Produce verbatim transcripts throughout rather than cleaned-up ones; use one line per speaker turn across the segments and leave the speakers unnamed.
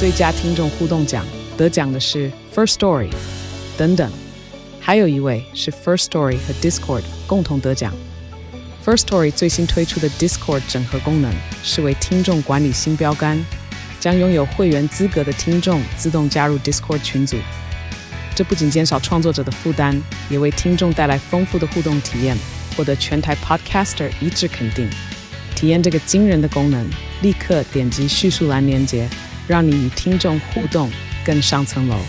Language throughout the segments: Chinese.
最佳听众互动奖，得奖的是 First Story 等等，还有一位是 First Story 和 Discord 共同得奖。First Story 最新推出的 Discord 整合功能是为听众管理新标杆，将拥有会员资格的听众自动加入 Discord 群组。这不仅减少创作者的负担，也为听众带来丰富的互动体验，获得全台 Podcaster 一致肯定。体验这个惊人的功能，立刻点击叙述栏连结，让你与听众互动更上层楼。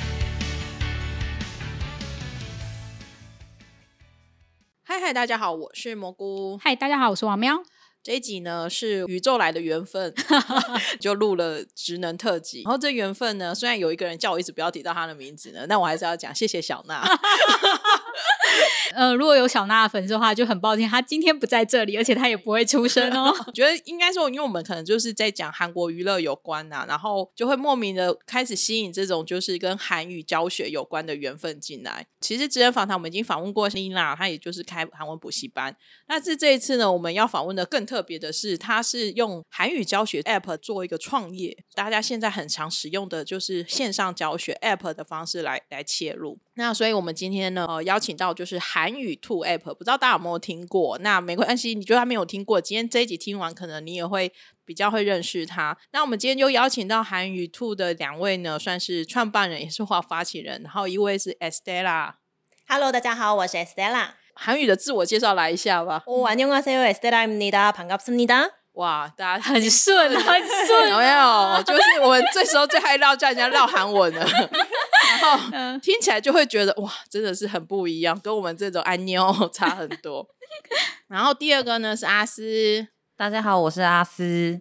嗨嗨，大家好，我是蘑菇。
嗨，大家好，我是王喵。
这一集呢是宇宙来的缘分，就录了职能特辑。然后这缘分呢，虽然有一个人叫我一直不要提到他的名字呢，但我还是要讲谢谢小娜。
呃，如果有小娜的粉丝的话，就很抱歉，她今天不在这里，而且她也不会出声哦。
我觉得应该说，因为我们可能就是在讲韩国娱乐有关啊，然后就会莫名的开始吸引这种就是跟韩语教学有关的缘分进来。其实职人访谈我们已经访问过丽娜，她也就是开韩文补习班。但是这一次呢，我们要访问的更特别的是，她是用韩语教学 App 做一个创业，大家现在很常使用的就是线上教学 App 的方式来来切入。那所以我们今天呢、呃、邀请到就是韩语兔 App， 不知道大家有没有听过？那没关系，你觉得他没有听过，今天这一集听完可能你也会比较会认识他。那我们今天就邀请到韩语兔的两位呢，算是创办人也是发起人，然后一位是 Estella。Hello，
大家好，我是 Estella。
韩语的自我介绍来一下吧。
哦，안녕하세요， Estella입니다。반갑습니다。
哇，大家
很顺，很顺，
有没有？就是我们这时候最爱唠，叫人家唠韩文了。然后、嗯、听起来就会觉得哇，真的是很不一样，跟我们这种安妞差很多。然后第二个呢是阿斯。
大家好，我是阿斯。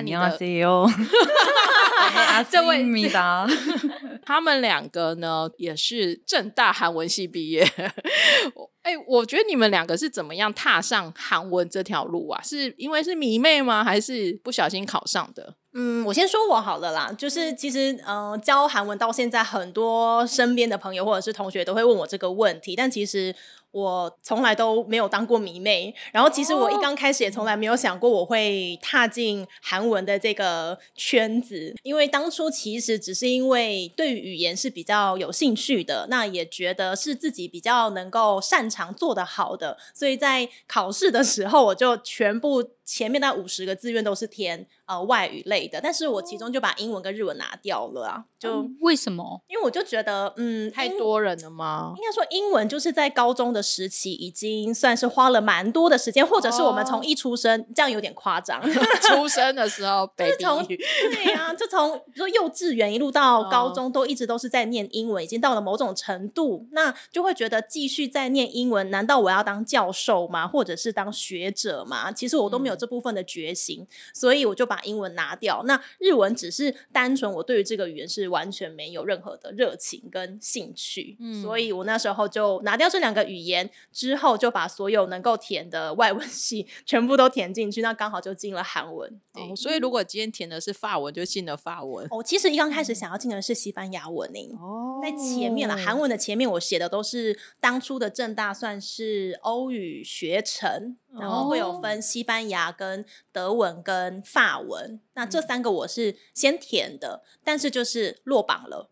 안녕하세요。
阿斯입니다。
他们两个呢也是政大韩文系毕业。哎、欸，我觉得你们两个是怎么样踏上韩文这条路啊？是因为是迷妹吗？还是不小心考上的？
嗯，我先说我好了啦，就是其实呃，教韩文到现在，很多身边的朋友或者是同学都会问我这个问题，但其实我从来都没有当过迷妹，然后其实我一刚开始也从来没有想过我会踏进韩文的这个圈子，因为当初其实只是因为对于语言是比较有兴趣的，那也觉得是自己比较能够擅长做得好的，所以在考试的时候我就全部前面那五十个志愿都是填呃外语类的，但是我其中就把英文跟日文拿掉了啊。就、
嗯、为什么？
因为我就觉得嗯
太多人了吗？
应该说英文就是在高中的时期已经算是花了蛮多的时间，或者是我们从一出生、哦、这样有点夸张
出生的时候 baby
就是从对啊，就从比如说幼稚园一路到高中、哦、都一直都是在念英文，已经到了某种程度，那就会觉得继续在念英文，难道我要当教授吗？或者是当学者吗？其实我都没有这部分的决心、嗯、所以我就把英文拿掉，那日文只是单纯我对于这个语言是完全没有任何的热情跟兴趣、嗯、所以我那时候就拿掉这两个语言之后，就把所有能够填的外文系全部都填进去，那刚好就进了韩文。
哦，所以如果今天填的是法文就进了法文。
哦，其实一刚开始想要进的是西班牙文诶、哦，在前面啦，韩文的前面我写的都是当初的政大算是欧语学程，然后会有分西班牙跟德文跟法文，那这三个我是先填的，但是就是落榜了。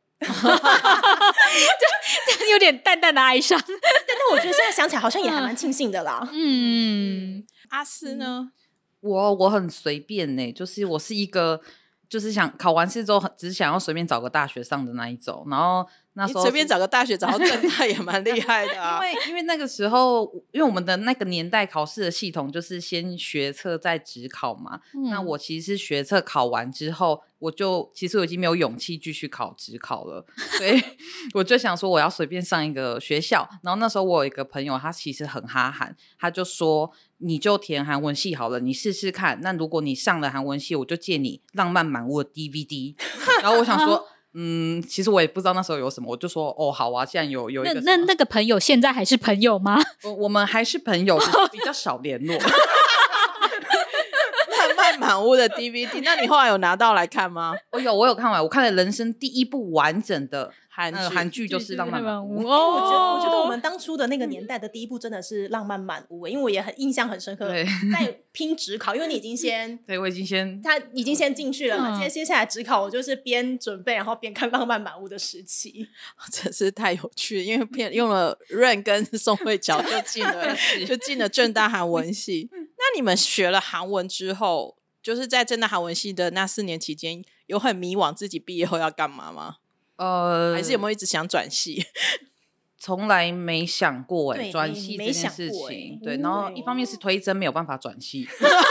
就有点淡淡的哀伤。
但但我觉得现在想起来好像也还蛮庆幸的啦。
嗯，阿斯呢？
我我很随便呢，就是我是一个就是想考完试之后只是想要随便找个大学上的那一种，然后那时候
随便找个大学找到政大也蛮厉害的啊。
因为因为那个时候，因为我们的那个年代考试的系统就是先学测再指考嘛、嗯、那我其实是学测考完之后，我就其实我已经没有勇气继续考指考了，所以我就想说我要随便上一个学校。然后那时候我有一个朋友，他其实很哈韩，他就说你就填韩文系好了，你试试看，那如果你上了韩文系，我就借你浪漫满屋的 D V D。 然后我想说嗯，其实我也不知道那时候有什么，我就说哦好啊，既然有有一个
那那那个朋友现在还是朋友吗？
我我们还是朋友，只是比较少联络。
浪漫漫满屋的 D V D， 那你后来有拿到来看吗？
我有，我有看完，我看了人生第一部完整的
韩剧，
呃、韩剧就是《浪漫满屋》。
哦，
我觉得，我觉得我们当初的那个年代的第一部真的是《浪漫满屋》，因为我也很印象很深刻，在拼指考，因为你已经先，
对我已经先，
他已经先进去了嘛，
嗯、
接接下来指考，我就是边准备然后边看《浪漫满屋》的时期，
真是太有趣了，因为片用了 Rain 跟宋慧乔就进了就进了政大韩文系。那你们学了韩文之后，就是在政大韩文系的那四年期间，有很迷惘自己毕业后要干嘛吗？
呃，
还是有没有一直想转系？
从来没想过哎、欸，转系这件事
欸、
情。对，然后一方面是推甄没有办法转系。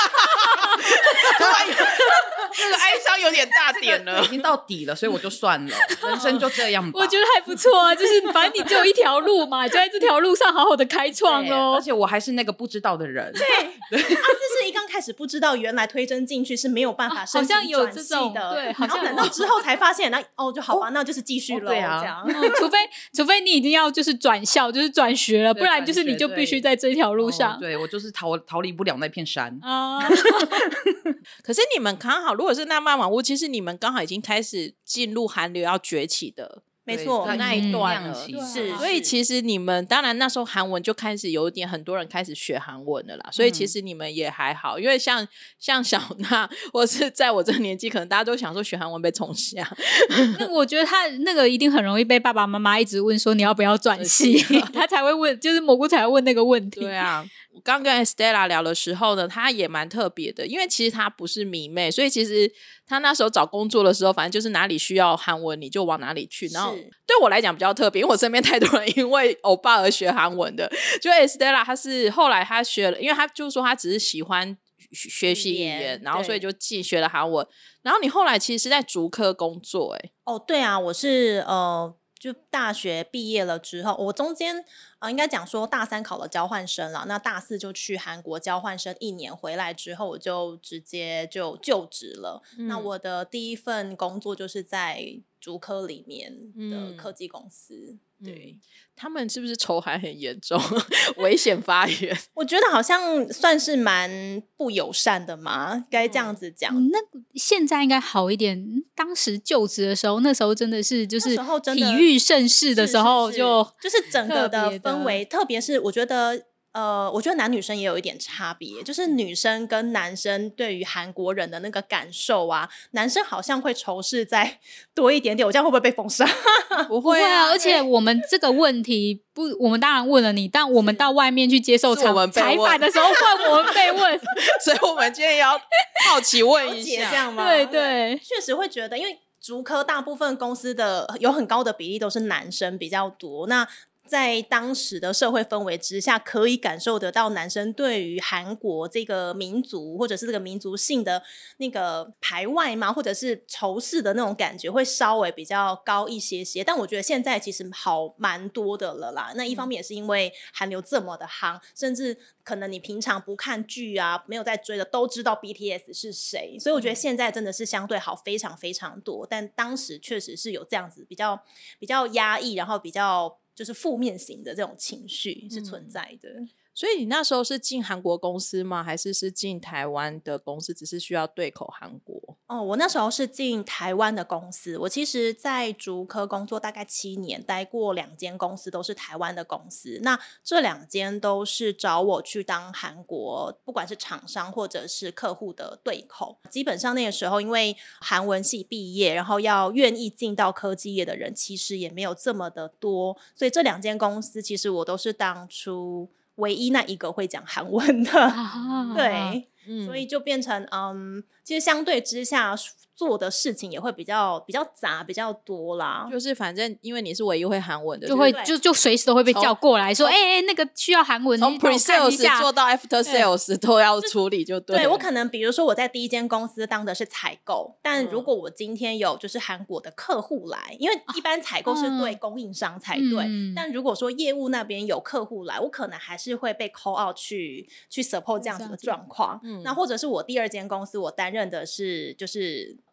这个哀伤有点大点了，
已经到底了，所以我就算了，人生就这样吧。
我觉得还不错啊，就是反正你只有一条路嘛，就在这条路上好好的开创咯。
而且我还是那个不知道的人。
对，对阿思是一刚开始不知道，原来推甄进去是没有办法申请转系的，
好像有这种对，好像
等到之后才发现，那哦就好吧，哦、那就是继续了、哦。对啊，这样、
哦，除非除非你已经要就是转校，就是转学了，不然就是你就必须在这条路上。
哦、对我就是逃逃离不了那片山
啊。
可是你们刚好，如果是那漫满屋，其实你们刚好已经开始进入韩流要崛起的。
没错，那一段了，
嗯、
是，
所以其实你们当然那时候韩文就开始有点很多人开始学韩文了啦，所以其实你们也还好，因为像像小娜或是在我这个年纪，可能大家都想说学韩文被冲下。
那我觉得他那个一定很容易被爸爸妈妈一直问说你要不要转系，他才会问，就是蘑菇才会问那个问题。
对啊。我刚跟 Estella 聊的时候呢，她也蛮特别的，因为其实她不是迷妹，所以其实她那时候找工作的时候，反正就是哪里需要韩文你就往哪里去。然后对我来讲比较特别，因为我身边太多人因为欧巴而学韩文的。就 Estella 她是后来她学了，因为她就说她只是喜欢学习语言，然后所以就进学了韩文。然后你后来其实是在竹科工作、欸，
哦，对啊，我是呃。就大学毕业了之后，我中间呃应该讲说大三考了交换生了，那大四就去韩国交换生一年，回来之后我就直接就就职了、嗯。那我的第一份工作就是在竹科里面的科技公司。嗯对、
嗯，他们是不是仇韩很严重，危险发言？
我觉得好像算是蛮不友善的嘛，该这样子讲、
嗯。那现在应该好一点。当时就职的时候，那时候真的是就是体育盛世的时候就，
就就是整个的氛围，特别是我觉得。呃，我觉得男女生也有一点差别，就是女生跟男生对于韩国人的那个感受啊，男生好像会仇视再多一点点。我这样会不会被封杀？
不会
啊，而且我们这个问题不，我们当然问了你，但我们到外面去接受采访的时候，换我们被问，
所以我们今天要好奇问一下，
这样吗？
对对，
确实会觉得，因为竹科大部分公司的有很高的比例都是男生比较多，那。在当时的社会氛围之下，可以感受得到男生对于韩国这个民族或者是这个民族性的那个排外嘛，或者是仇视的那种感觉会稍微比较高一些些。但我觉得现在其实好蛮多的了啦。那一方面也是因为韩流这么的夯，甚至可能你平常不看剧啊，没有在追的都知道 B T S 是谁，所以我觉得现在真的是相对好非常非常多。但当时确实是有这样子比较比较压抑，然后比较。就是负面型的这种情绪是存在的、嗯、
所以你那时候是进韩国公司吗？还是是进台湾的公司，只是需要对口韩国？
哦，我那时候是进台湾的公司。我其实在竹科工作大概七年，待过两间公司都是台湾的公司。那这两间都是找我去当韩国不管是厂商或者是客户的对口。基本上那个时候因为韩文系毕业，然后要愿意进到科技业的人其实也没有这么的多，所以这两间公司其实我都是当初唯一那一个会讲韩文的、啊、对、嗯、所以就变成嗯，其实相对之下做的事情也会比较比较杂比较多啦，
就是反正因为你是唯一会韩文的，
就会就就随时都会被叫过来说哎哎、欸欸、那个需要韩文，
从 pre-sales 做到 after sales 都要处理就对了。
对，我可能比如说我在第一间公司当的是采购，但如果我今天有就是韩国的客户来，因为一般采购是对供应商才对、嗯、但如果说业务那边有客户来，我可能还是会被 call out 去去 support 这样子的状况、嗯、那或者是我第二间公司我担任的是就是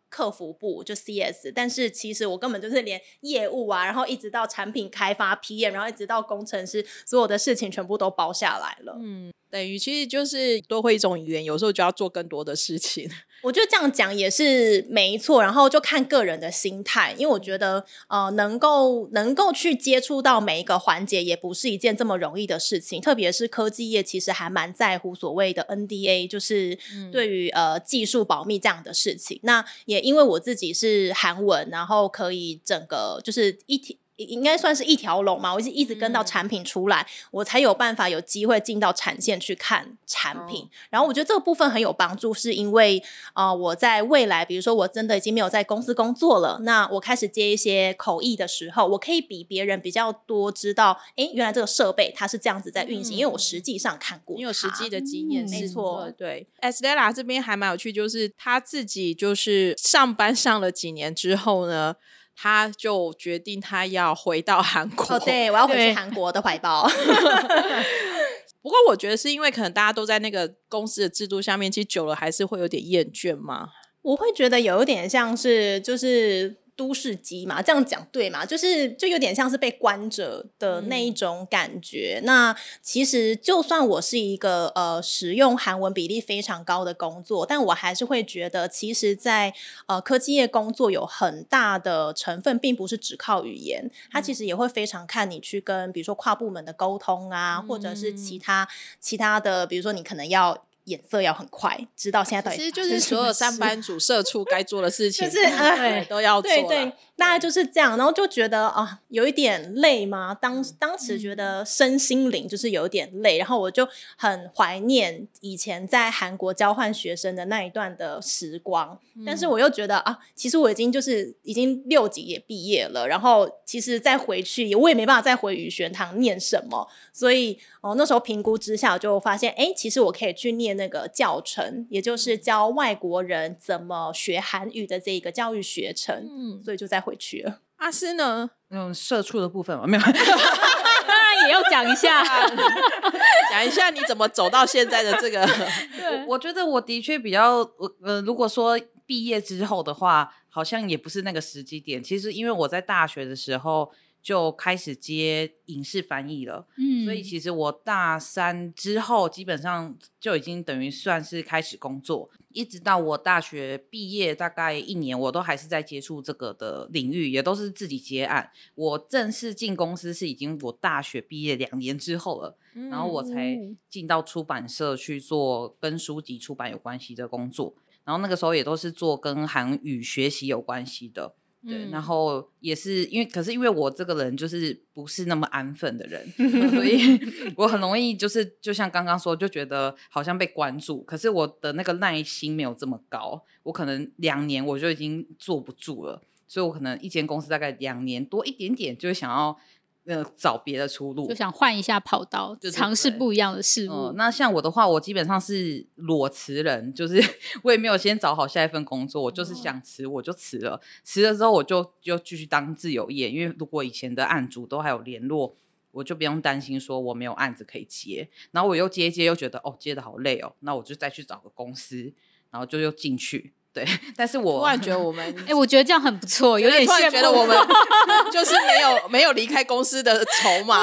客服部就 C S， 但是其实我根本就是连业务啊，然后一直到产品开发 P M， 然后一直到工程师，所有的事情全部都包下来了。
嗯，等于其实就是多会一种语言，有时候就要做更多的事情。
我觉得这样讲也是没错，然后就看个人的心态，因为我觉得呃，能够能够去接触到每一个环节，也不是一件这么容易的事情，特别是科技业，其实还蛮在乎所谓的 N D A， 就是对于、嗯、呃技术保密这样的事情。那也因为我自己是韩文，然后可以整个就是一体。应该算是一条龙嘛，我一直跟到产品出来、嗯、我才有办法有机会进到产线去看产品、哦、然后我觉得这个部分很有帮助，是因为呃我在未来比如说我真的已经没有在公司工作了，那我开始接一些口译的时候，我可以比别人比较多知道诶原来这个设备它是这样子在运行、嗯、因为我实际上看过它，
你有实际的经验、嗯、
没错。
对 Estela 这边还蛮有趣，就是他自己就是上班上了几年之后呢，他就决定他要回到韩国。
哦，对，我要回去韩国的怀抱。
不过我觉得是因为可能大家都在那个公司的制度下面，其实久了还是会有点厌倦嘛。
我会觉得有一点像是就是都市鸡嘛，这样讲对吗？就是就有点像是被关着的那一种感觉、嗯、那其实就算我是一个呃使用韩文比例非常高的工作，但我还是会觉得其实在呃科技业工作有很大的成分并不是只靠语言，它其实也会非常看你去跟比如说跨部门的沟通啊、嗯、或者是其他其他的比如说你可能要眼色要很快，知道现在到底
其实就是所有上班族社畜该做的事情
就是、呃、
都要做。
对对，大概就是这样，然后就觉得啊有一点累吗？当当时觉得身心灵就是有点累、嗯、然后我就很怀念以前在韩国交换学生的那一段的时光、嗯、但是我又觉得啊其实我已经就是已经六级也毕业了，然后其实再回去我也没办法再回语学堂念什么，所以哦那时候评估之下我就发现哎，其实我可以去念那个教程，也就是教外国人怎么学韩语的这个教育学程、嗯、所以就再回去了。
阿司呢？
嗯，社畜的部分嘛，没有
当然也要讲一下
讲一下你怎么走到现在的这个
我, 我觉得我的确比较呃，如果说毕业之后的话好像也不是那个时机点，其实因为我在大学的时候就开始接影视翻译了、嗯、所以其实我大三之后基本上就已经等于算是开始工作，一直到我大学毕业大概一年我都还是在接触这个的领域，也都是自己接案。我正式进公司是已经我大学毕业两年之后了、嗯、然后我才进到出版社去做跟书籍出版有关系的工作，然后那个时候也都是做跟韩语学习有关系的。对、嗯，然后也是因为可是因为我这个人就是不是那么安分的人所以我很容易就是就像刚刚说就觉得好像被关注，可是我的那个耐心没有这么高，我可能两年我就已经坐不住了，所以我可能一间公司大概两年多一点点就会想要呃，找别的出路，
就想换一下跑道，尝试不一样的事物、
嗯、那像我的话我基本上是裸辞人，就是我也没有先找好下一份工作，我就是想辞我就辞了，辞了之后我就就继续当自由业，因为如果以前的案主都还有联络，我就不用担心说我没有案子可以接，然后我又接一接又觉得哦接得好累哦，那我就再去找个公司，然后就又进去。对，但是我
突然觉得我们
哎、欸，我觉得这样很不错，有点
突然觉得我们就是没有没有离开公司的筹码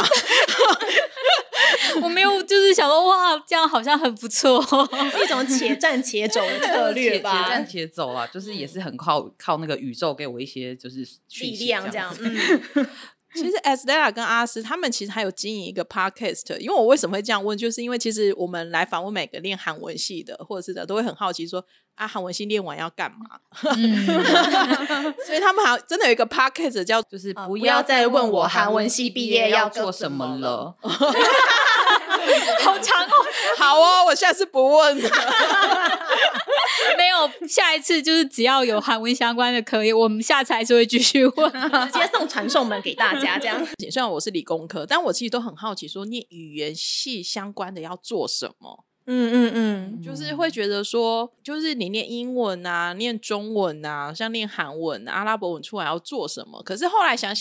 我没有就是想说哇这样好像很不错
一种且战且走的策略吧
且战且走啊，就是也是很靠靠那个宇宙给我一些就是
力量这样嗯
其实 Estela 跟阿司他们其实还有经营一个 podcast， 因为我为什么会这样问，就是因为其实我们来访问每个练韩文系的或者是的都会很好奇说啊韩文系练完要干嘛、嗯、所以他们还真的有一个 podcast 叫
就是
不要再问我韩文系毕业要做什么了
好长哦
好哦我下次不问
没有下一次就是只要有韩文相关的可以我们下次还是会继续问
直接送传送门给大家这样
虽然我是理工科但我其实都很好奇说念语言系相关的要做什么。
嗯嗯嗯，
就是会觉得说就是你念英文啊念中文啊像念韩文啊阿拉伯文出来要做什么，可是后来想想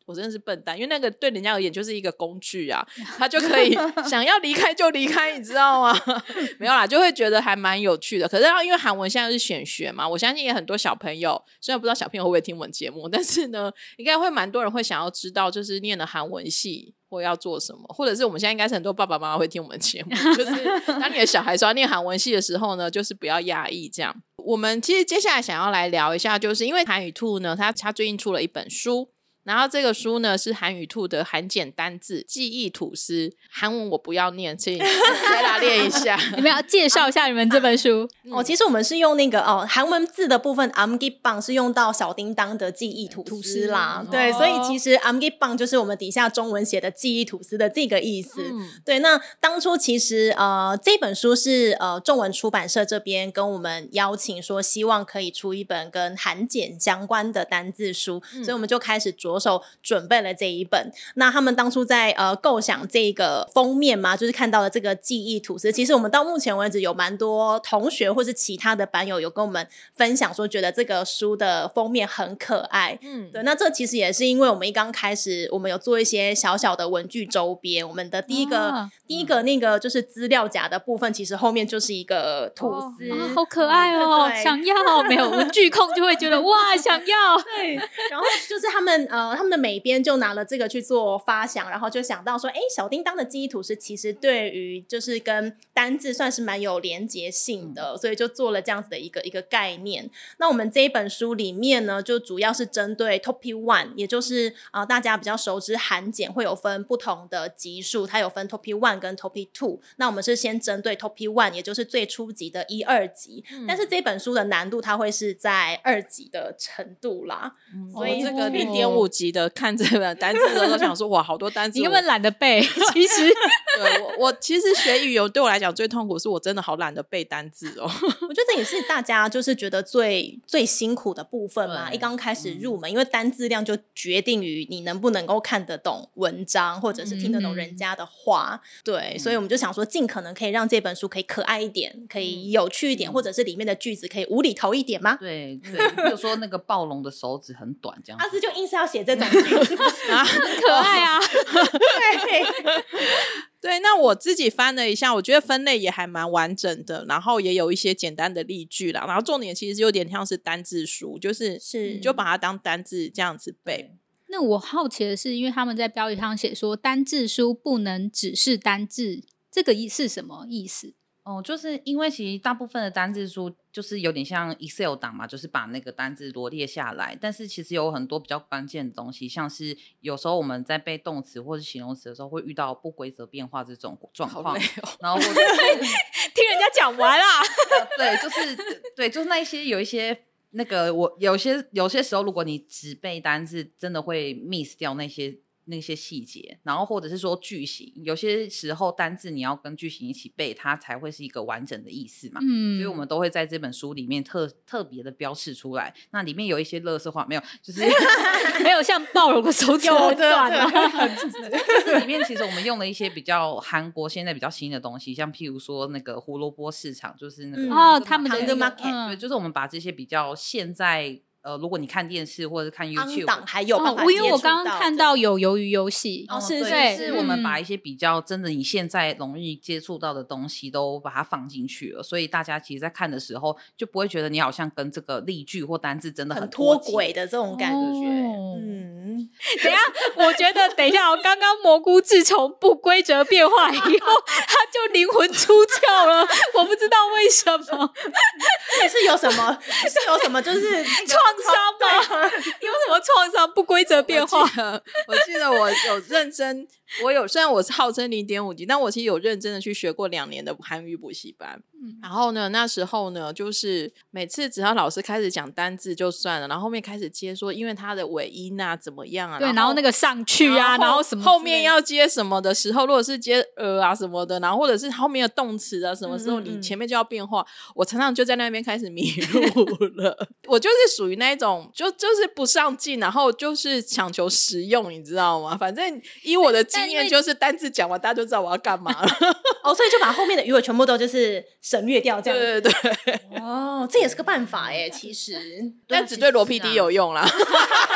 我真的是笨蛋，因为那个对人家而言就是一个工具啊，他就可以想要离开就离开，你知道吗？没有啦，就会觉得还蛮有趣的。可是因为韩文现在是选学嘛，我相信也很多小朋友，虽然不知道小朋友会不会听我们节目，但是呢应该会蛮多人会想要知道就是念了韩文系或要做什么，或者是我们现在应该是很多爸爸妈妈会听我们节目，就是当你的小孩说要念韩文系的时候呢，就是不要压抑这样。我们其实接下来想要来聊一下，就是因为韩语兔呢他他最近出了一本书，然后这个书呢是韩语兔的韩检单字记忆吐司，韩文我不要念，请大家练一下。
你们要介绍一下你们这本书、
嗯、哦，其实我们是用那个哦韩文字的部分 amgibang 是用到小叮当的记忆吐司啦，
吐司
对、
哦、
所以其实 amgibang 就是我们底下中文写的记忆吐司的这个意思、嗯、对。那当初其实呃这本书是呃中文出版社这边跟我们邀请说希望可以出一本跟韩检相关的单字书、嗯、所以我们就开始着手准备了这一本。那他们当初在呃构想这个封面嘛，就是看到了这个记忆吐司，其实我们到目前为止有蛮多同学或是其他的版友有跟我们分享说觉得这个书的封面很可爱。嗯，对。那这其实也是因为我们一刚开始我们有做一些小小的文具周边，我们的第一个、啊、第一个那个就是资料夹的部分其实后面就是一个吐司、
哦啊、好可爱哦，想要。没有文具控就会觉得哇想要。
对，然后就是他们呃他们的美编就拿了这个去做发想，然后就想到说哎，小叮当的记忆吐司其实对于就是跟单字算是蛮有连结性的、嗯、所以就做了这样子的一个一个概念。那我们这一本书里面呢就主要是针对 Topic One， 也就是呃大家比较熟知韩检会有分不同的级数，它有分 Topic One 跟 Topic Two， 那我们是先针对 Topic One 也就是最初级的一二级、嗯、但是这本书的难度它会是在二级的程度啦、嗯、所以
这个 零点五 级的看这本单字的时候想说哇好多单字，
你根本懒得背其实
对我我其实学语言对我来讲最痛苦是我真的好懒得背单字哦。
我觉得这也是大家就是觉得最最辛苦的部分嘛，一刚开始入门、嗯、因为单字量就决定于你能不能够看得懂文章或者是听得懂人家的话、嗯、对、嗯、所以我们就想说尽可能可以让这本书可以可爱一点，可以有趣一点、嗯、或者是里面的句子可以无厘头一点吗？
对对，比如说那个暴龙的手指很短这样子，
阿斯就硬是要写这种句子
啊，很可爱啊。
对
对，那我自己翻了一下，我觉得分类也还蛮完整的，然后也有一些简单的例句啦，然后重点其实有点像是单字书，就是你就把它当单字这样子背。
那我好奇的是，因为他们在标题上写说单字书不能只是单字，这个是什么意思？
哦，就是因为其实大部分的单字书就是有点像 Excel 档嘛，就是把那个单字罗列下来，但是其实有很多比较关键的东西，像是有时候我们在背动词或是形容词的时候会遇到不规则变化这种状况、哦、然后或者是
听人家讲完啦、
呃、对，就是对，就是那一些有一些那个我有些有些时候如果你只背单字真的会 miss 掉那些那些细节，然后或者是说句型，有些时候单字你要跟句型一起背，它才会是一个完整的意思嘛。嗯，所以我们都会在这本书里面特特别的标示出来。那里面有一些垃圾话没有，就是
没有像暴龙的手指很短啊。
就是里面其实我们用了一些比较韩国现在比较新的东西，像譬如说那个胡萝卜市场，就是那个、
嗯、哦，他们的
那个
market， 对，就是我们把这些比较现在。呃，如果你看电视或者看 YouTube，
档还有办法接触到、哦、
因为我刚刚看到有鱿鱼游戏，
哦，是
对，
就是我们把一些比较真的你现在容易接触到的东西都把它放进去了，所以大家其实在看的时候就不会觉得你好像跟这个例句或单字真的很
脱轨的这种感觉、
哦、
嗯，
等一下我觉得等一下哦，刚刚蘑菇自从不规则变化以后他就灵魂出窍了，我不知道为什么
是有什么是有什么就是
创伤吗？有什么创伤？不规则变化？
我记得，我记得我有认真，我有虽然我是号称 零点五 级，但我其实有认真的去学过两年的韩语补习班、嗯、然后呢那时候呢就是每次只要老师开始讲单字就算了，然后后面开始接说因为它的尾音啊怎么样啊，
对，然后, 然后那个上去啊，然 后, 然后什么
后面要接什么的时候，如果是接呃啊什么的，然后或者是后面的动词啊什么时候你前面就要变化，嗯嗯嗯，我常常就在那边开始迷路了我就是属于那一种就就是不上进，然后就是强求实用，你知道吗？反正以我的经验就是单字讲完大家就知道我要干嘛了
哦，所以就把后面的语尾全部都就是省略掉这样子。
对对对，
哦，这也是个办法耶其实，
但只对罗 P D 有用啦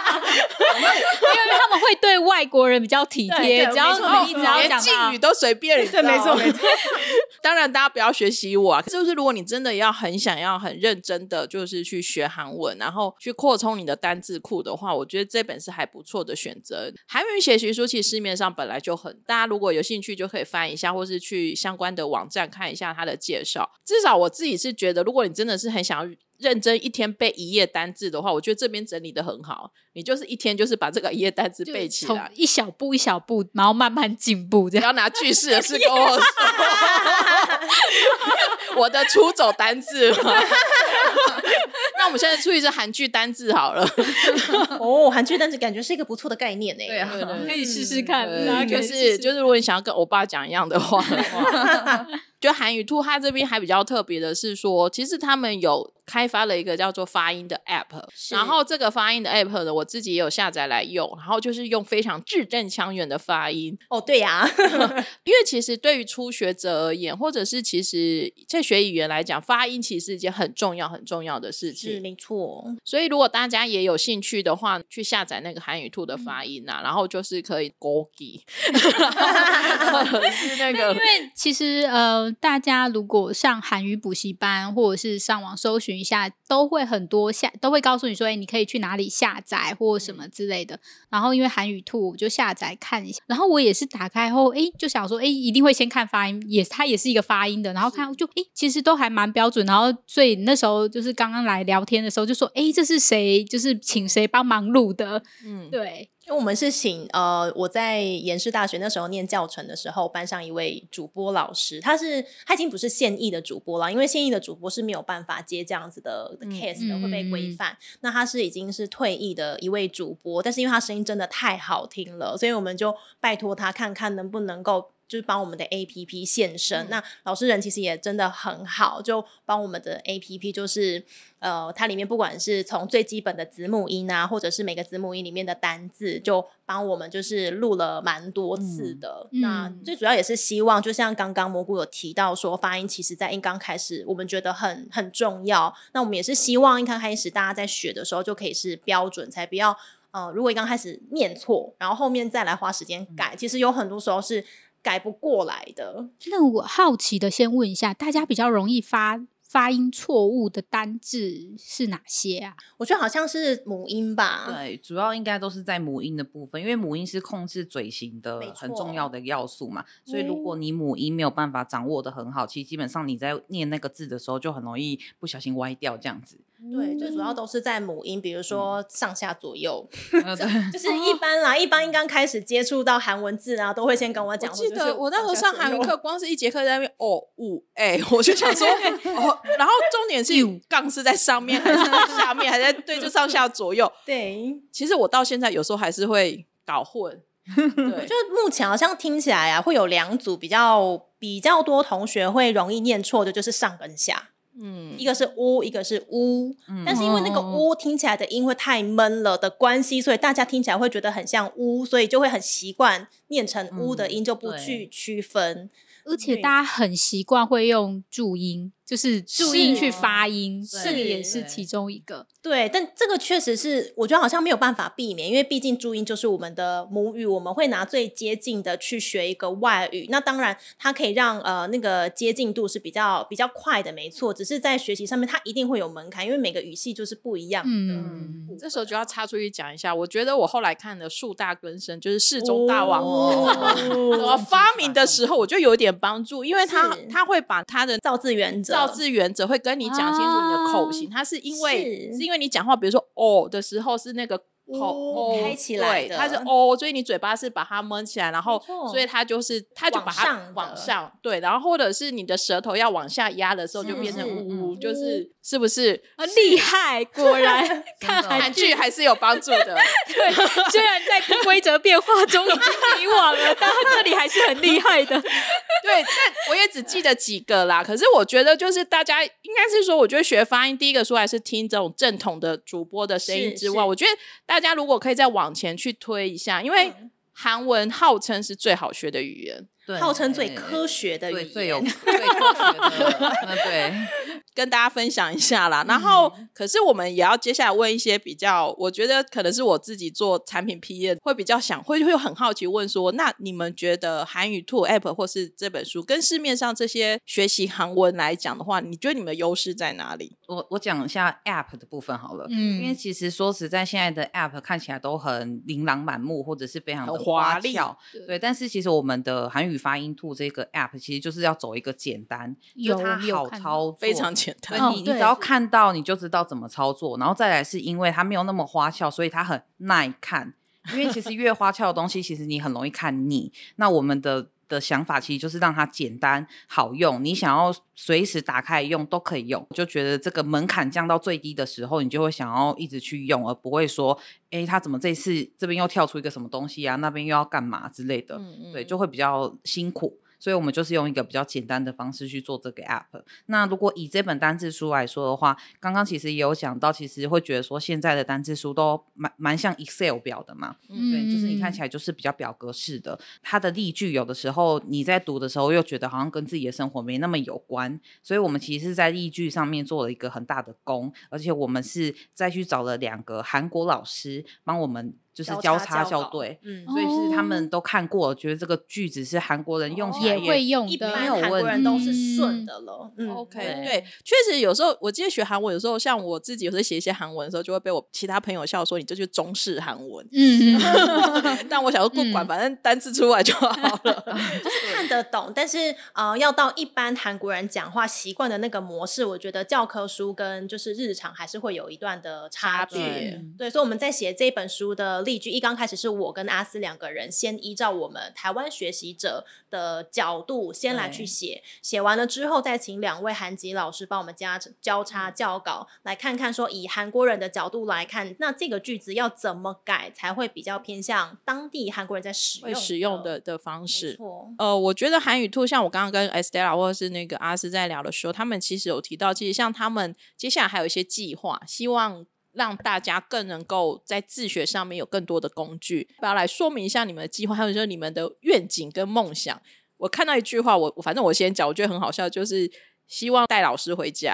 为他们会对外国人比较体贴，只要你只要讲
连敬语都随便，
对，没错没错。
当然大家不要学习我啊，就是如果你真的要很想要很认真的就是去学韩文，然后去扩充你的单字库的话，我觉得这本是还不错的选择。韩语学习书其实市面上本来就很，大家如果有兴趣就可以翻一下，或是去相关的网站看一下它的介绍。至少我自己是觉得，如果你真的是很想要认真一天背一页单字的话，我觉得这边整理的很好，你就是一天就是把这个一页单字背起来，
一小步一小步，然后慢慢进步，这样。
不要拿句式的事跟我说我的出走单字那我们现在出一支韩剧单字好了
哦，韩剧单字感觉是一个不错的概念诶。
对啊，
对对
可以试试看，
就是就是如果你想要跟欧巴讲一样的话的话就韩语兔它这边还比较特别的是说，其实他们有开发了一个叫做发音的 app， 然后这个发音的 app 呢，我自己也有下载来用，然后就是用非常字正腔圆的发音。
哦，对呀、啊，
因为其实对于初学者而言，或者是其实在学语言来讲，发音其实是一件很重要很重要的事情。
是没错。
所以如果大家也有兴趣的话，去下载那个韩语兔的发音啊，嗯、然后就是可以 gogi 是那个，
因为其实呃，大家如果上韩语补习班或者是上网搜寻一下，都会很多下都会告诉你说，哎，你可以去哪里下载或什么之类的。然后因为韩语兔我就下载看一下，然后我也是打开后，哎，就想说，哎，一定会先看发音，也它也是一个发音的，然后看就，哎，其实都还蛮标准。然后所以那时候就是刚刚来聊天的时候就说，哎，这是谁？就是请谁帮忙录的？嗯，对。
因为我们是请呃，我在延世大学那时候念教程的时候，班上一位主播老师，他是他已经不是现役的主播了，因为现役的主播是没有办法接这样子的, 的 case 的、嗯、会被规范、嗯、那他是已经是退役的一位主播，但是因为他声音真的太好听了，所以我们就拜托他看看能不能够就是帮我们的 A P P 现身、嗯、那老师人其实也真的很好，就帮我们的 A P P 就是呃，它里面不管是从最基本的子母音啊，或者是每个子母音里面的单字，就帮我们就是录了蛮多次的、嗯、那最主要也是希望就像刚刚蘑菇有提到说发音其实在一刚开始我们觉得很很重要，那我们也是希望一刚开始大家在学的时候就可以是标准，才不要呃，如果一刚开始念错然后后面再来花时间改、嗯、其实有很多时候是改不过来的。
那我好奇的先问一下，大家比较容易发发音错误的单字是哪些啊？
我觉得好像是母音吧。
对，主要应该都是在母音的部分，因为母音是控制嘴型的很重要的要素嘛，所以如果你母音没有办法掌握的很好、嗯、其实基本上你在念那个字的时候就很容易不小心歪掉这样子。
对，最主要都是在母音，比如说上下左右、嗯、就是一般啦，一般刚开始接触到韩文字啊都会先跟我讲。
我记得我那时候上韩文课光是一节课在那边哦五哎，我就想说哦，然后重点是杠是在上面还是在下面还在对，就上下左右。
对，
其实我到现在有时候还是会搞混。对，
就目前好像听起来啊会有两组比较比较多同学会容易念错的，就是上跟下。嗯，一个是乌，一个是乌、嗯、但是因为那个乌听起来的音会太闷了的关系，所以大家听起来会觉得很像乌，所以就会很习惯念成乌的音、嗯、就不去区分。
而且大家很习惯会用注音，就是注音去发音，这个也是其中一个。
对，但这个确实是我觉得好像没有办法避免，因为毕竟注音就是我们的母语，我们会拿最接近的去学一个外语，那当然它可以让呃那个接近度是比较比较快的，没错，只是在学习上面它一定会有门槛，因为每个语系就是不一样的。
嗯，这时候就要插出去讲一下，我觉得我后来看的树大根深，就是世宗大王我发明的时候我就有点帮助，因为他他会把他的
造字原则
造字原则会跟你讲清楚你的口型、啊、他是因为是因为你讲话比如说哦的时候是那个
哦开起来的，
对，它是哦，所以你嘴巴是把它闷起来，然后所以它就是它就把它往上, 往上对，然后或者是你的舌头要往下压的时候就变成呜呜，就是是不是
厉害？果然看
韩剧还是有帮助的。
对，虽然在不规则变化中已经迷惘了，但这里还是很厉害的。
对，但我也只记得几个啦。可是我觉得就是大家应该是说，我觉得学发音第一个出来是听这种正统的主播的声音之外，我觉得大家如果可以再往前去推一下，因为韩文号称是最好学的语言，
对，号称最科学的语言，
对，最有最科学的对，
跟大家分享一下啦。然后、嗯、可是我们也要接下来问一些比较，我觉得可能是我自己做产品 P M 会比较想会会很好奇问说，那你们觉得韩语兔 App 或是这本书跟市面上这些学习韩文来讲的话，你觉得你们的优势在哪里？
我我讲一下 App 的部分好了，嗯，因为其实说实在现在的 App 看起来都很琳琅满目或者是非常的花俏，对，但是其实我们的韩语发音兔这个 App 其实就是要走一个简单，就它好操作，
非常简单，
你你只要看到你就知道怎么操作，然后再来是因为它没有那么花俏，所以它很耐看，因为其实越花俏的东西其实你很容易看腻，那我们的的想法其实就是让它简单好用，你想要随时打开用都可以用，就觉得这个门槛降到最低的时候，你就会想要一直去用，而不会说诶他怎么这次这边又跳出一个什么东西啊，那边又要干嘛之类的，嗯嗯，对，就会比较辛苦，所以我们就是用一个比较简单的方式去做这个 app。 那如果以这本单字书来说的话，刚刚其实也有讲到，其实会觉得说现在的单字书都蛮蛮像 Excel 表的嘛，嗯，对，就是你看起来就是比较表格式的，它的例句有的时候你在读的时候又觉得好像跟自己的生活没那么有关，所以我们其实是在例句上面做了一个很大的功，而且我们是再去找了两个韩国老师帮我们就是交叉校对，嗯，所以是他们都看过，觉得这个句子是韩国人用起来
也, 也会用的，
一般韩国人都是顺的了，嗯，
OK， 对，确实有时候我记得学韩文有时候像我自己有时候写一些韩文的时候就会被我其他朋友笑说你这就是中式韩文，嗯但我想说不管、嗯、反正单字出来就好了
就是看得懂，但是呃，要到一般韩国人讲话习惯的那个模式，我觉得教科书跟就是日常还是会有一段的差别，对，对，所以我们在写这本书的例句，一刚开始是我跟阿斯两个人先依照我们台湾学习者的角度先来去写，写完了之后再请两位韩籍老师帮我们加交叉校稿，来看看说以韩国人的角度来看，那这个句子要怎么改才会比较偏向当地韩国人在使用的
使用 的, 的方式。呃，我觉得韩语兔像我刚刚跟 Estella 或者是那个阿斯在聊的时候，他们其实有提到其实像他们接下来还有一些计划，希望让大家更能够在自学上面有更多的工具。不要来说明一下你们的计划，还有就是你们的愿景跟梦想。我看到一句话，我反正我先讲，我觉得很好笑，就是希望带老师回家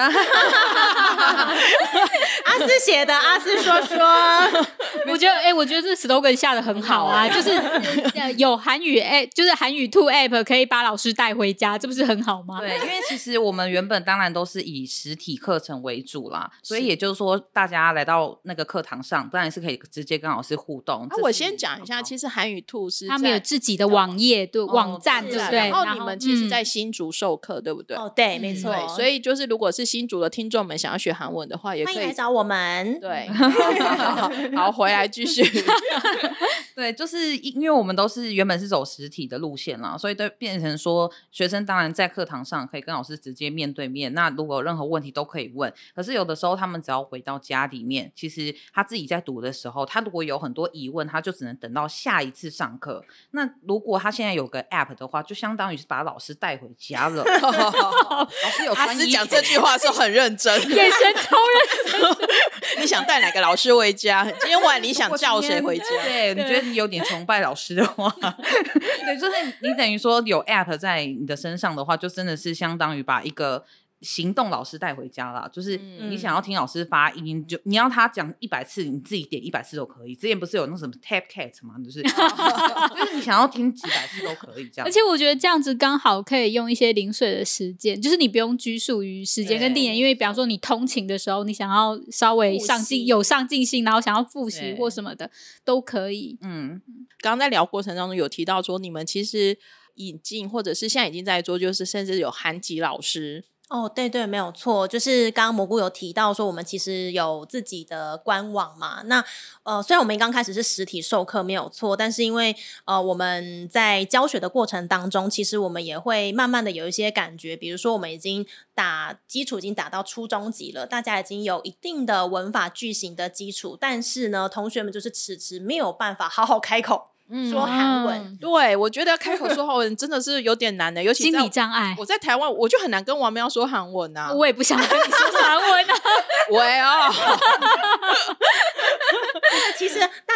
阿斯写的，阿斯说说
我觉得哎、欸，我觉得这 slogan 下得很好啊，就是有韩语 app， 就是韩语兔 app 可以把老师带回家，这不是很好吗？
对，因为其实我们原本当然都是以实体课程为主啦，所以也就是说大家来到那个课堂上当然是可以直接跟老师互动。
那我先讲一下，其实韩语兔是
他们有自己的网页，对、哦、网站，对不对？
然后你们其实在新竹授课、嗯、对不对？
哦，对，没错、
嗯、所以就是如果是新竹的听众们想要学韩文的话，也可以
欢迎来找我们。
对好, 好, 好, 好回来继续
对，就是因为我们都是原本是走实体的路线啦，所以都变成说学生当然在课堂上可以跟老师直接面对面，那如果有任何问题都可以问，可是有的时候他们只要回到家里面，其实他自己在读的时候，他如果有很多疑问，他就只能等到下一次上课。那如果他现在有个 app 的话，就相当于是把老师带回家了老师有穿衣服，
阿斯讲这句话的时候很认真
眼神超认真
你想带哪个老师回家？今天晚你想叫谁回家？
对，你觉得你有点崇拜老师的话对，就是你等于说有 app 在你的身上的话，就真的是相当于把一个行动老师带回家啦，就是你想要听老师发音、嗯、就你要他讲一百次，你自己点一百次都可以。之前不是有那什么 tap cat 吗？就是就是你想要听几百次都可以这样。
而且我觉得这样子刚好可以用一些零碎的时间，就是你不用拘束于时间跟地点，因为比方说你通勤的时候，你想要稍微上进有上进心，然后想要复习或什么的都可以。
嗯，刚刚在聊过程当中有提到说，你们其实引进或者是现在已经在做，就是甚至有韩籍老师。
哦，对对，没有错，就是刚刚蘑菇有提到说我们其实有自己的官网嘛，那呃，虽然我们刚开始是实体授课没有错，但是因为呃我们在教学的过程当中，其实我们也会慢慢的有一些感觉，比如说我们已经打基础已经打到初中级了，大家已经有一定的文法句型的基础，但是呢同学们就是迟迟没有办法好好开口嗯、说韩文、嗯、
对，我觉得开口说韩文真的是有点难的，尤其
心理障碍。
我在台湾我就很难跟王喵说韩文啊，
我也不想跟你说韩文啊
喂哦
其实大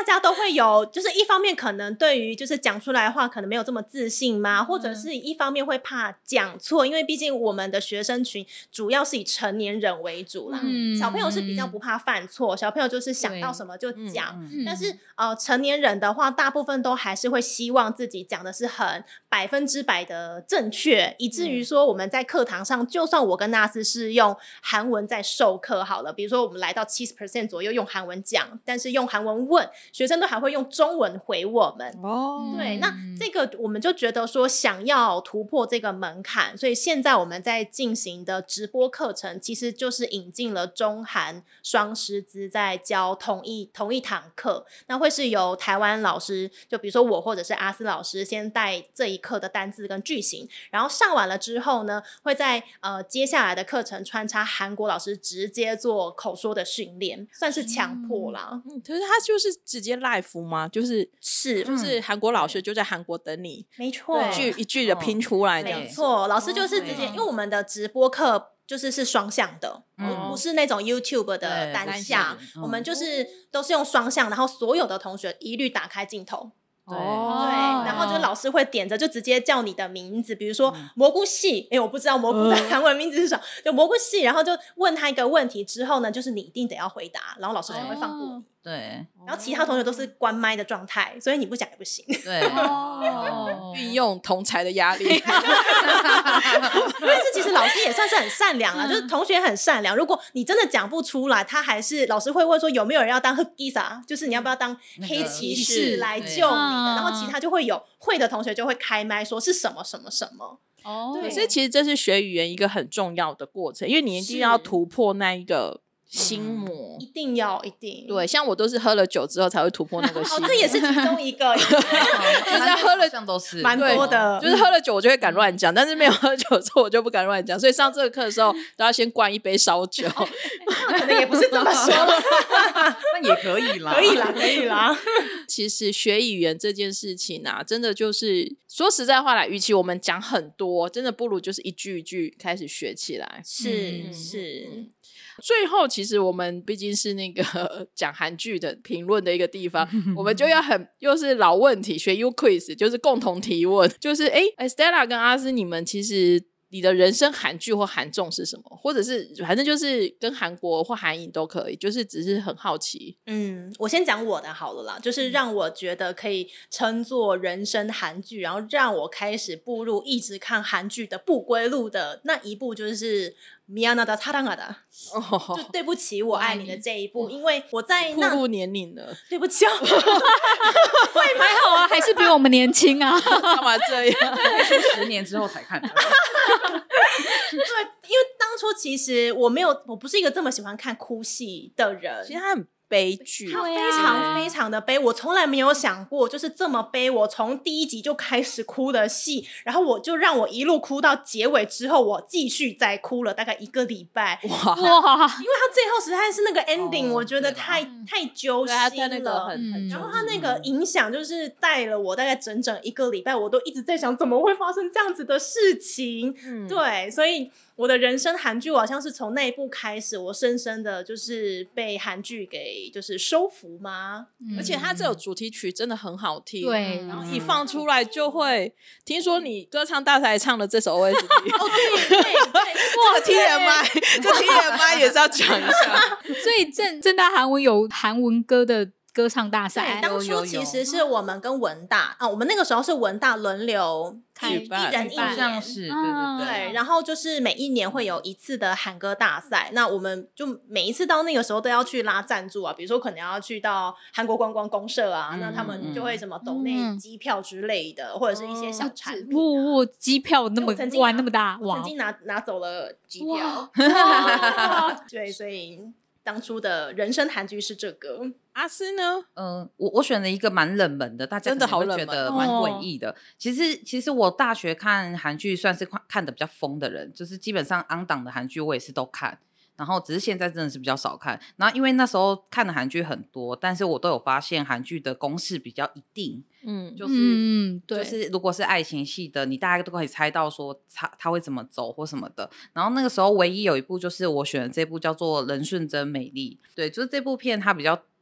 家都会有，就是一方面可能对于就是讲出来的话可能没有这么自信嘛，或者是一方面会怕讲错，因为毕竟我们的学生群主要是以成年人为主啦，嗯、小朋友是比较不怕犯错，小朋友就是想到什么就讲，嗯、但是呃成年人的话，大部分都还是会希望自己讲的是很百分之百的正确，以至于说我们在课堂上，就算我跟纳斯是用韩文在授课好了，比如说我们来到 百分之七十 左右用韩文讲，但是用韩文问学生都还会用中文回我们哦。对，那这个我们就觉得说想要突破这个门槛，所以现在我们在进行的直播课程其实就是引进了中韩双师资，在教同一同一堂课，那会是由台湾老师，就比如说我或者是阿斯老师先带这一课的单字跟句型，然后上完了之后呢，会在呃接下来的课程穿插韩国老师直接做口说的训练，算是强迫啦。
嗯，可是他就是直接 live 吗？就是
是
就是韩国老师就在韩国等你，
没错，
一句一句的拼出来这样子。
没错，老师就是直接，因为我们的直播课就是是双向的，嗯、不是那种 YouTube 的单向，我们就是都是用双向，然后所有的同学一律打开镜头。
对，
对，然后就老师会点着就直接叫你的名字，比如说蘑菇系，哎，我不知道蘑菇的韩文名字是什么，就蘑菇系，然后就问他一个问题之后呢，就是你一定得要回答，然后老师才会放过你。
对，
然后其他同学都是关麦的状态，所以你不讲也不行。
对，
哦，运用同才的压力。
但是其实老师也算是很善良啦，就是同学很善良。如果你真的讲不出来，他还是老师会问说有没有人要当黑기사，就是你要不要当黑骑士来救你的，然后其他就会有会的同学就会开麦说是什么什么什么。
哦，对，所以其实这是学语言一个很重要的过程，因为你一定要突破那一个心魔、
嗯、一定要一定
对，像我都是喝了酒之后才会突破那个心魔、
哦、这也是其中一个
就是喝了
像都是
蛮多的，
就是喝了酒我就会敢乱讲，但是没有喝酒之后我就不敢乱讲，所以上这个课的时候都要先灌一杯烧酒
可能也不是这么说
那也可以啦
可以啦可以啦
其实学语言这件事情啊，真的就是说实在话啦，与其我们讲很多，真的不如就是一句一句开始学起来。
是、嗯、是、嗯、
最后其实我们毕竟是那个讲韩剧的评论的一个地方我们就要很又是老问题，学 U Quiz 就是共同提问，就是哎 Stella 跟阿斯，你们其实你的人生韩剧或韩综是什么，或者是反正就是跟韩国或韩影都可以，就是只是很好奇。
嗯，我先讲我的好了啦，就是让我觉得可以称作人生韩剧，然后让我开始步入一直看韩剧的不归路的那一部就是미안하다 사랑하다，就对不起我爱你的这一部，因为我在那
暴露年龄了，
对不起哦
还好啊，还是比我们年轻啊
干嘛这样
十年之后才看的
对，因为当初其实我没有我不是一个这么喜欢看哭戏的人，
其实他很悲剧，
他非常非常的悲，我从来没有想过就是这么悲，我从第一集就开始哭的戏，然后我就让我一路哭到结尾之后，我继续再哭了大概一个礼拜。
哇哇！因
为他最后实在是那个 ending、哦、我觉得太太揪心了，
那个很很
然后他那个影响就是带了我大概整整一个礼拜，我都一直在想怎么会发生这样子的事情、嗯、对，所以我的人生韩剧我好像是从那一部开始，我深深的就是被韩剧给就是收服吗、
嗯、而且它这首主题曲真的很好听，
对，
然后一放出来就会、嗯、听说你歌唱大赛唱的这首 O S T
哦对对对，
哇 T M I 这 T M I 也是要讲一下
所以正正大韩文有韩文歌的歌唱大赛，
当初其实是我们跟文大啊，我们那个时候是文大轮流
举办，
一人一年，
像是对对
对, 对，然后就是每一年会有一次的韩歌大赛，那我们就每一次到那个时候都要去拉赞助啊，比如说可能要去到韩国观光公社啊、嗯、那他们就会什么抖内机票之类的、嗯、或者是一些小产品、啊，
哇，机票那么哇那么大，
哇，曾经拿拿走了机票，对，所以当初的人生韩剧是这个。
阿斯呢？
呃，我我选了一个蛮冷门的，大家可能会觉得蛮诡异的。其实其实我大学看韩剧算是看的比较疯的人，就是基本上on档的韩剧我也是都看，然后只是现在真的是比较少看。然后因为那时候看的韩剧很多，但是我都有发现韩剧的公式比较一定，嗯，就是
嗯对，
就是如果是爱情戏的，你大概都可以猜到说他他会怎么走或什么的。然后那个时候唯一有一部就是我选的这部叫做《人顺真美丽》，对，就是这部片它比较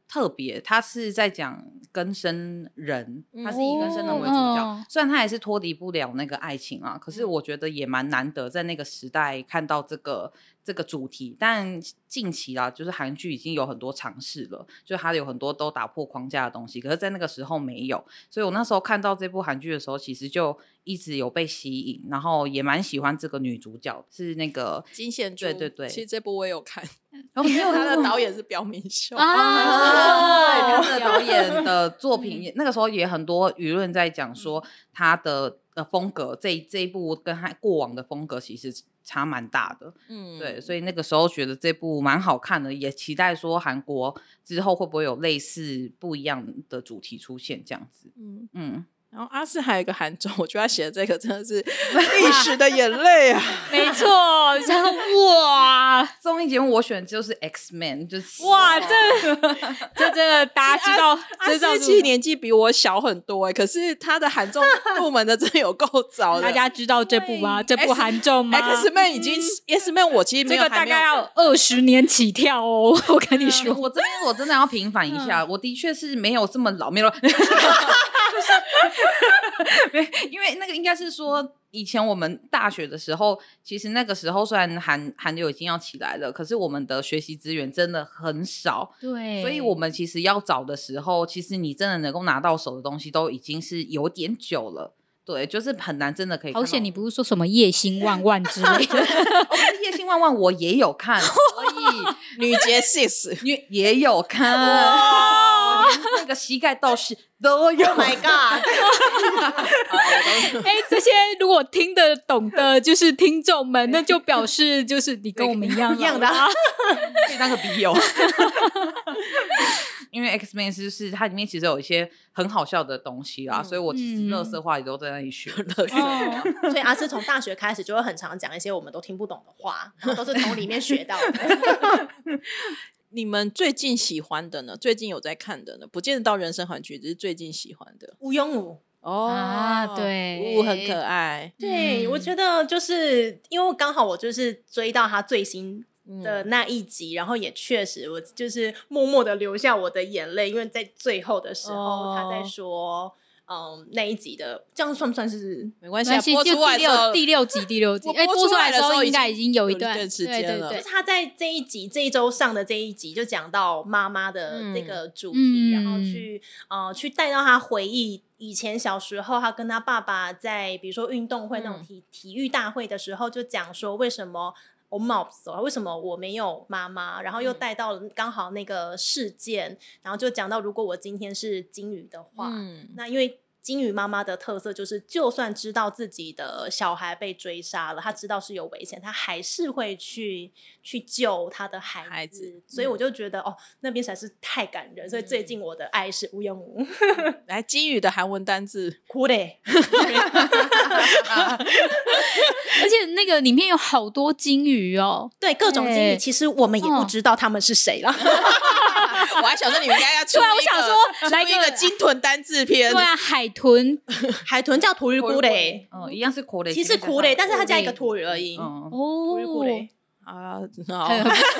特别，他是在讲更生人，他是以更生人为主角，
哦
虽然他也是脱离不了那个爱情啊，可是我觉得也蛮难得在那个时代看到这个这个主题。但近期啦，就是韩剧已经有很多尝试了，就它有很多都打破框架的东西，可是在那个时候没有，所以我那时候看到这部韩剧的时候，其实就一直有被吸引，然后也蛮喜欢这个女主角，是那个
金贤珠。
对对对，
其实这部我也有看，
然后没有
他的导演是表明秀
啊，
对，他的导演的作品也那个时候也很多舆论在讲说他的呃风格，这这一部跟他过往的风格其实差蛮大的，嗯，对，所以那个时候觉得这部蛮好看的，也期待说韩国之后会不会有类似不一样的主题出现这样子，嗯嗯。
然后阿四还有一个韩综，我觉得他写的这个真的是历史的眼泪啊！
没错，然后哇，
综艺节目我选的就是 X-Men， 就是
哇，这这真的大家知道，
阿
知道
四其实年纪比我小很多哎、欸，可是他的韩综入门的真的有够早的。
大家知道这部吗？这部韩综吗
？X-Men 已经 X-Men 我其实没有
这个大概要二十年起跳哦，我跟你说，
我这边我真的要平反一下，我的确是没有这么老，没有。因为那个应该是说以前我们大学的时候，其实那个时候虽然韩韩流已经要起来了，可是我们的学习资源真的很少，
对，
所以我们其实要找的时候，其实你真的能够拿到手的东西都已经是有点久了，对，就是很难真的可以看到。
好险你不是说什么夜星万万之类的
哦，夜星万万我也有看，所以
女杰 six
也也有看。那个膝盖道士都有
，Oh my god！
哎，这些如果听得懂的，就是听众们，那就表示就是你跟我们一样
一样的、啊，
可以当个笔友。因为 X-Men 是它里面其实有一些很好笑的东西啦，嗯、所以我其实垃圾话也都在那里学垃圾话。
所以阿斯从大学开始就会很常讲一些我们都听不懂的话，然后都是从里面学到的。
你们最近喜欢的呢？最近有在看的呢？不见得到人生韩剧，只是最近喜欢的。
吴庸武
哦、
啊，对，
吴很可爱。
对、嗯，我觉得就是因为刚好我就是追到他最新的那一集、嗯、然后也确实我就是默默的流下我的眼泪，因为在最后的时候、哦、他在说嗯，那一集的这样算不算是
没关系啊？播出来的时候
第六集第六集，哎，播出来的时候应该已经有一段
时间了。
对对对，他在这一集这一周上的这一集就讲到妈妈的这个主题，嗯、然后去呃去带到他回忆以前小时候，他跟他爸爸在比如说运动会那种体、嗯、体育大会的时候，就讲说为什么。我妈不为什么我没有妈妈，然后又带到了刚好那个事件、嗯、然后就讲到如果我今天是金鱼的话、嗯、那因为金鱼妈妈的特色就是就算知道自己的小孩被追杀了，她知道是有危险，她还是会去去救她的孩子, 孩子所以我就觉得、嗯、哦那边实在是太感人、嗯、所以最近我的爱是吴庸武、
嗯、来金鱼的韩文单字
哭嘞
而且那个里面有好多金鱼哦，
对，各种金鱼其实我们也不知道他们是谁了、
哦、我还想说你们应该要出一个
对、啊、我想说
来一个金豚单字篇，
对啊，海豚
海豚叫土鱼哭嘞，
嗯，一样是哭嘞，
其实哭嘞，但是他加一个土鱼而已，
哦，
土鱼哭嘞
啊，好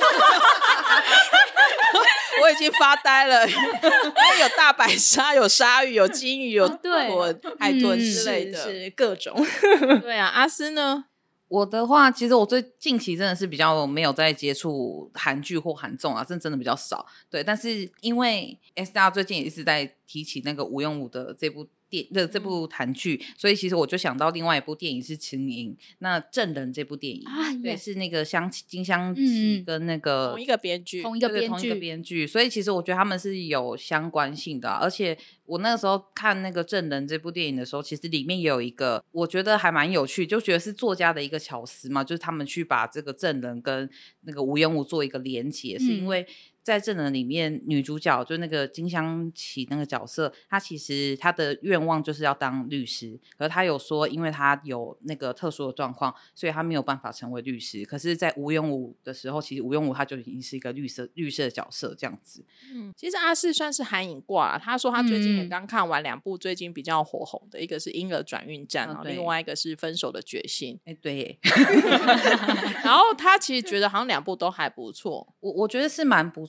我已经发呆了，因为有大白鲨，有鲨鱼，有金鱼，有豚、哦、海豚之类的，
嗯、是, 是各种。
对啊，阿斯呢？
我的话，其实我最近期真的是比较没有在接触韩剧或韩综啊，真的真的比较少。对，但是因为 S R 最近也一直在提起那个吴庸武的这部电这这部韩剧，所以其实我就想到另外一部电影是《青音》，那《证人》这部电影，啊、对，是那个香金香琪跟那个、
嗯、同一个编剧，
同一个编剧，
同一个编剧，所以其实我觉得他们是有相关性的、啊，而且我那个时候看那个《证人》这部电影的时候，其实里面也有一个我觉得还蛮有趣，就觉得是作家的一个巧思嘛，就是他们去把这个证人跟那个吴庸武做一个连结、嗯、是因为在证人里面女主角就那个金香琪那个角色，她其实她的愿望就是要当律师，可是她有说因为她有那个特殊的状况，所以她没有办法成为律师，可是在吴庸武的时候，其实吴庸武他就已经是一个律师律师的角色这样子。
嗯，其实阿四算是韩影挂，他说他最近也刚看完两部最近比较火红的、嗯、一个是婴儿转运站、哦、另外一个是分手的决心。
哎，对耶
然后他其实觉得好像两部都还不错，
我我觉得是蛮不错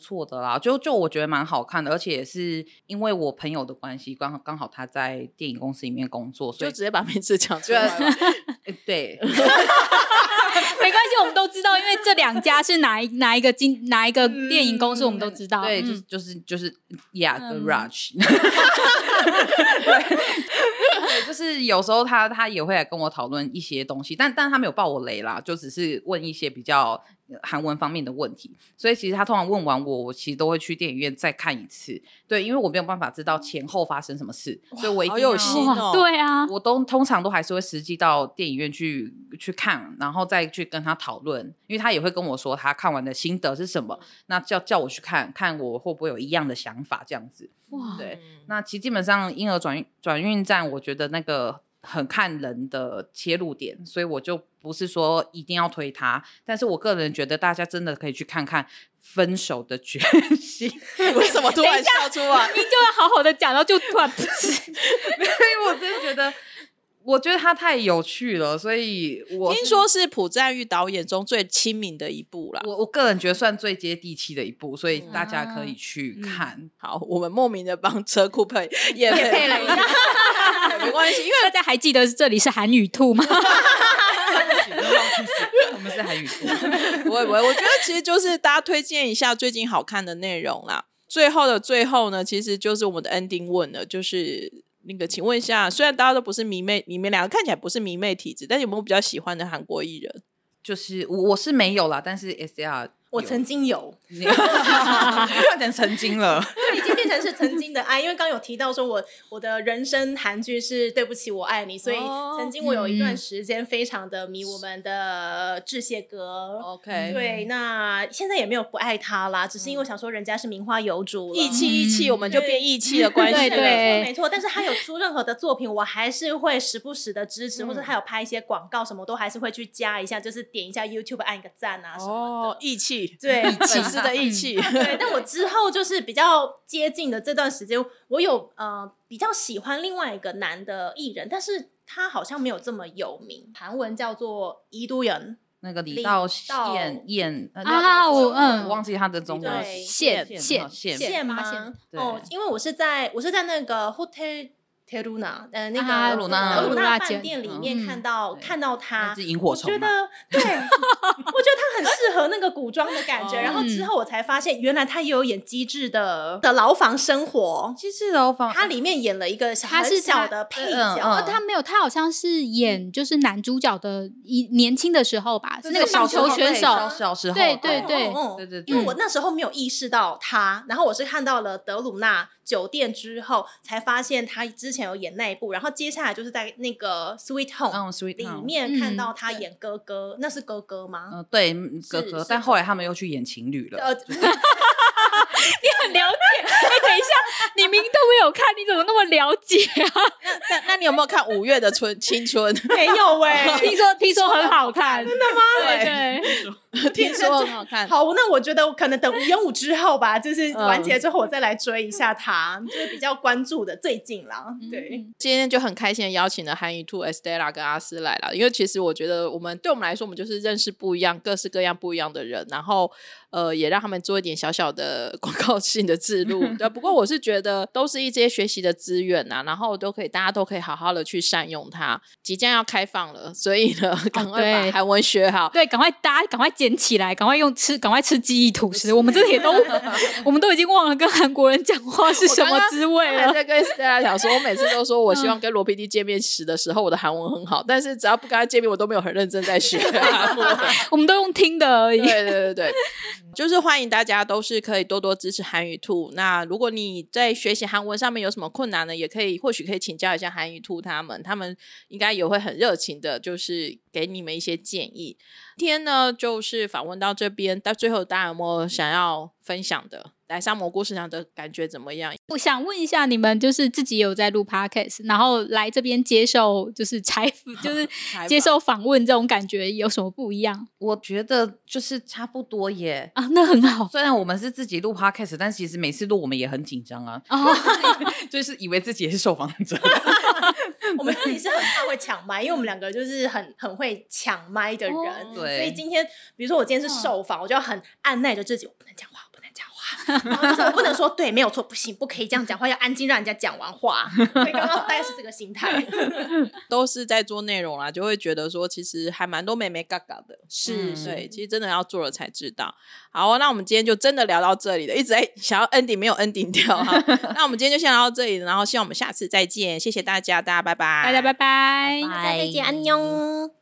错的啦，就就我觉得蛮好看的，而且也是因为我朋友的关系，刚好刚好他在电影公司里面工作，所以
就直接把名字讲出来了。
对。
没关系，我们都知道，因为这两家是哪一哪一个经哪一个电影公司，我们都知道。
对，
嗯、
就是就是就是 Yeah Garage、嗯。对, 对，就是有时候他他也会来跟我讨论一些东西，但但他没有爆我雷啦，就只是问一些比较韩文方面的问题，所以其实他通常问完我，我其实都会去电影院再看一次。对，因为我没有办法知道前后发生什么事，所以我一定要
好有心哦。
对啊，
我都通常都还是会实际到电影院去去看，然后再去跟他讨论，因为他也会跟我说他看完的心得是什么，那叫叫我去看看我会不会有一样的想法这样子。
哇，
对，那其实基本上婴儿转运转运站，我觉得那个很看人的切入点，所以我就不是说一定要推它，但是我个人觉得大家真的可以去看看分手的决心。
为什么突然笑出来？
明明就要好好的讲，然后就突然不是
因为我真的觉得我觉得它太有趣了，所以我
听说是朴赞郁导演中最亲民的一部啦。
我我个人觉得算最接地气的一部，所以大家可以去看。
嗯、好，我们莫名的帮车库配也配了一下，没关系，因为
大家还记得这里是韩语兔吗？
我们是韩语兔，
不会不会，我觉得其实就是大家推荐一下最近好看的内容啦。最后的最后呢，其实就是我们的 ending 问了，就是那个，请问一下，虽然大家都不是迷妹，你们两个看起来不是迷妹体质，但有没有比较喜欢的韩国艺人？
就是我我是没有啦，但是 S R
我曾经有，
变成曾经了，
已经变成是曾经的爱。因为刚有提到说我我的人生韩剧是对不起我爱你，所以曾经我有一段时间非常的迷我们的致谢哥。
OK，
对，那现在也没有不爱他啦，只是因为我想说人家是名花有主了，
义气义气，我们就变义气的关系。
对对，
没错。但是他有出任何的作品，我还是会时不时的支持，嗯、或者他有拍一些广告什么，都还是会去加一下，就是点一下 YouTube 按一个赞啊什么的。
哦，义气。
对，
粉丝的义气。
对，但我之后就是比较接近的这段时间，我有呃比较喜欢另外一个男的艺人，但是他好像没有这么有名，韩文叫做이도현。
那个李道宪彦
啊，我嗯，
我忘记他的中文
宪宪
宪
宪吗？哦，因为我是在我是在那个 Hotel德鲁纳，呃，那个
德鲁纳
德鲁纳饭店里面看到、嗯、看到他，
是萤火虫，
我觉得对，我觉得他很适合那个古装的感觉。哦、然后之后我才发现，原来他也有演《机智的的牢房生活》，
机智牢房，
他里面演了一个小很小的配角，
嗯嗯、他没有，他好像是演就是男主角的一年轻的时候吧，是那个棒球选手，
小时候，
对对对，
哦、对对对，因为我那时候没有意识到他，然后我是看到了德鲁纳酒店之后，才发现他之前有演那一部，然后接下来就是在那个 Sweet Home、
嗯、Sweet
里
Home
面看到他演哥哥，嗯、那是哥哥吗？
嗯，对，哥哥，但后来他们又去演情侣了。呃
你很了解，哎，等一下，你明明都没有看，你怎么那么了解啊？
那那那你有没有看五月的春青春？
没有哎、
欸，听说听说很好看，
真的吗？
对对，
听说很好看。
好，那我觉得可能等五演五之后吧，就是完结之后我再来追一下他，嗯、就是比较关注的最近啦。对，
嗯、今天就很开心的邀请了韩语兔 Estella 跟阿斯来了，因为其实我觉得我们对我们来说，我们就是认识不一样、各式各样不一样的人，然后呃，也让他们做一点小小的广告性的置入。对，不过我是觉得都是一些学习的资源啊，然后都可以大家都可以好好的去善用它。即将要开放了，所以呢，赶快把韩文学好。
对，赶快大家赶快捡起来，赶快用吃，赶快吃记忆吐司。我们真的也都，我们都已经忘了跟韩国人讲话是什么滋味了。
我刚刚还在跟 Stella 讲说，我每次都说我希望跟罗 P D 见面时的时候，我的韩文很好，但是只要不跟他见面，我都没有很认真在学韩文。
我们都用听的而已。
对对对对，就是欢迎大家都是可以多多支持韩语兔。那如果你在学习韩文上面有什么困难呢，也可以或许可以请教一下韩语兔他们，他们应该也会很热情的，就是给你们一些建议。今天呢，就是访问到这边，到最后大家有没有想要分享的？来上蘑菇市场的感觉怎么样？
我想问一下，你们就是自己有在录 podcast， 然后来这边接受就是采访，就是接受访问，这种感觉有什么不一样？
我觉得就是差不多耶。
啊，那很好。
虽然我们是自己录 podcast， 但其实每次录我们也很紧张啊，哦、就是以为自己也是受访者。
我们自己是很怕会抢麦，因为我们两个就是很很会抢麦的人，
哦、对。
所以今天，比如说我今天是受访，嗯、我就要很按耐着自己，我不能讲话，我不能讲话。 然后就是我不能说对没有错，不行，不可以这样讲话，要安静让人家讲完话。所以刚刚大概是这个心态。
都是在做内容啦，就会觉得说其实还蛮多妹妹嘎嘎的，
是
嗯对，其实真的要做了才知道。好，那我们今天就真的聊到这里了，一直在想要 ending 没有 ending 掉哈。那我们今天就先聊到这里，然后希望我们下次再见，谢谢大家，大家拜拜，
大家拜拜。
大家再见，安妞。